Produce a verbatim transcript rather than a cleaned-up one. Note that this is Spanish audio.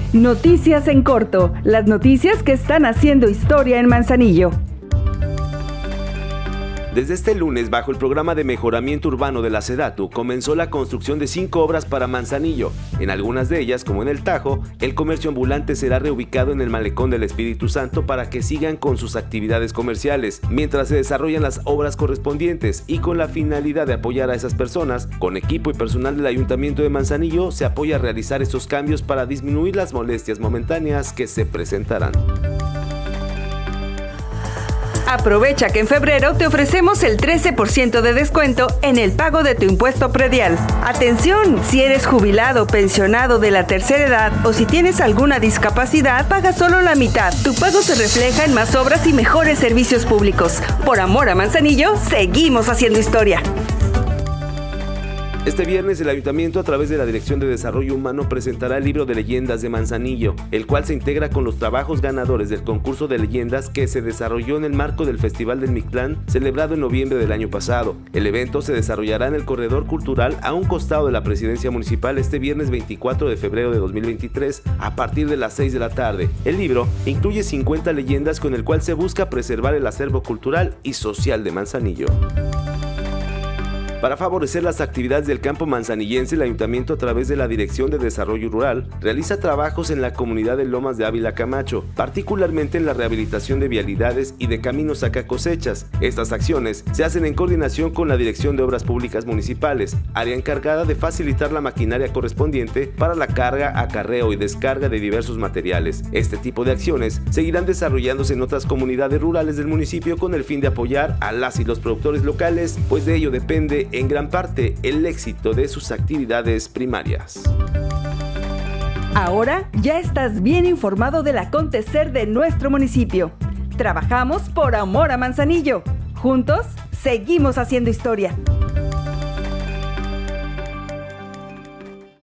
Noticias en corto, las noticias que están haciendo historia en Manzanillo. Desde este lunes, bajo el programa de mejoramiento urbano de la SEDATU, comenzó la construcción de cinco obras para Manzanillo. En algunas de ellas, como en el Tajo, el comercio ambulante será reubicado en el Malecón del Espíritu Santo para que sigan con sus actividades comerciales, mientras se desarrollan las obras correspondientes, y con la finalidad de apoyar a esas personas, con equipo y personal del Ayuntamiento de Manzanillo, se apoya a realizar estos cambios para disminuir las molestias momentáneas que se presentarán. Aprovecha que en febrero te ofrecemos el trece por ciento de descuento en el pago de tu impuesto predial. Atención, si eres jubilado, pensionado de la tercera edad o si tienes alguna discapacidad, paga solo la mitad. Tu pago se refleja en más obras y mejores servicios públicos. Por amor a Manzanillo, seguimos haciendo historia. Este viernes el Ayuntamiento, a través de la Dirección de Desarrollo Humano, presentará el libro de leyendas de Manzanillo, el cual se integra con los trabajos ganadores del concurso de leyendas que se desarrolló en el marco del Festival del Mictlán, celebrado en noviembre del año pasado. El evento se desarrollará en el Corredor Cultural a un costado de la Presidencia Municipal este viernes veinticuatro de febrero de dos mil veintitrés a partir de las seis de la tarde. El libro incluye cincuenta leyendas con el cual se busca preservar el acervo cultural y social de Manzanillo. Para favorecer las actividades del campo manzanillense, el Ayuntamiento, a través de la Dirección de Desarrollo Rural, realiza trabajos en la comunidad de Lomas de Ávila Camacho, particularmente en la rehabilitación de vialidades y de caminos saca cosechas. Estas acciones se hacen en coordinación con la Dirección de Obras Públicas Municipales, área encargada de facilitar la maquinaria correspondiente para la carga, acarreo y descarga de diversos materiales. Este tipo de acciones seguirán desarrollándose en otras comunidades rurales del municipio con el fin de apoyar a las y los productores locales, pues de ello depende en gran parte el éxito de sus actividades primarias. Ahora ya estás bien informado del acontecer de nuestro municipio. Trabajamos por amor a Manzanillo. Juntos, seguimos haciendo historia.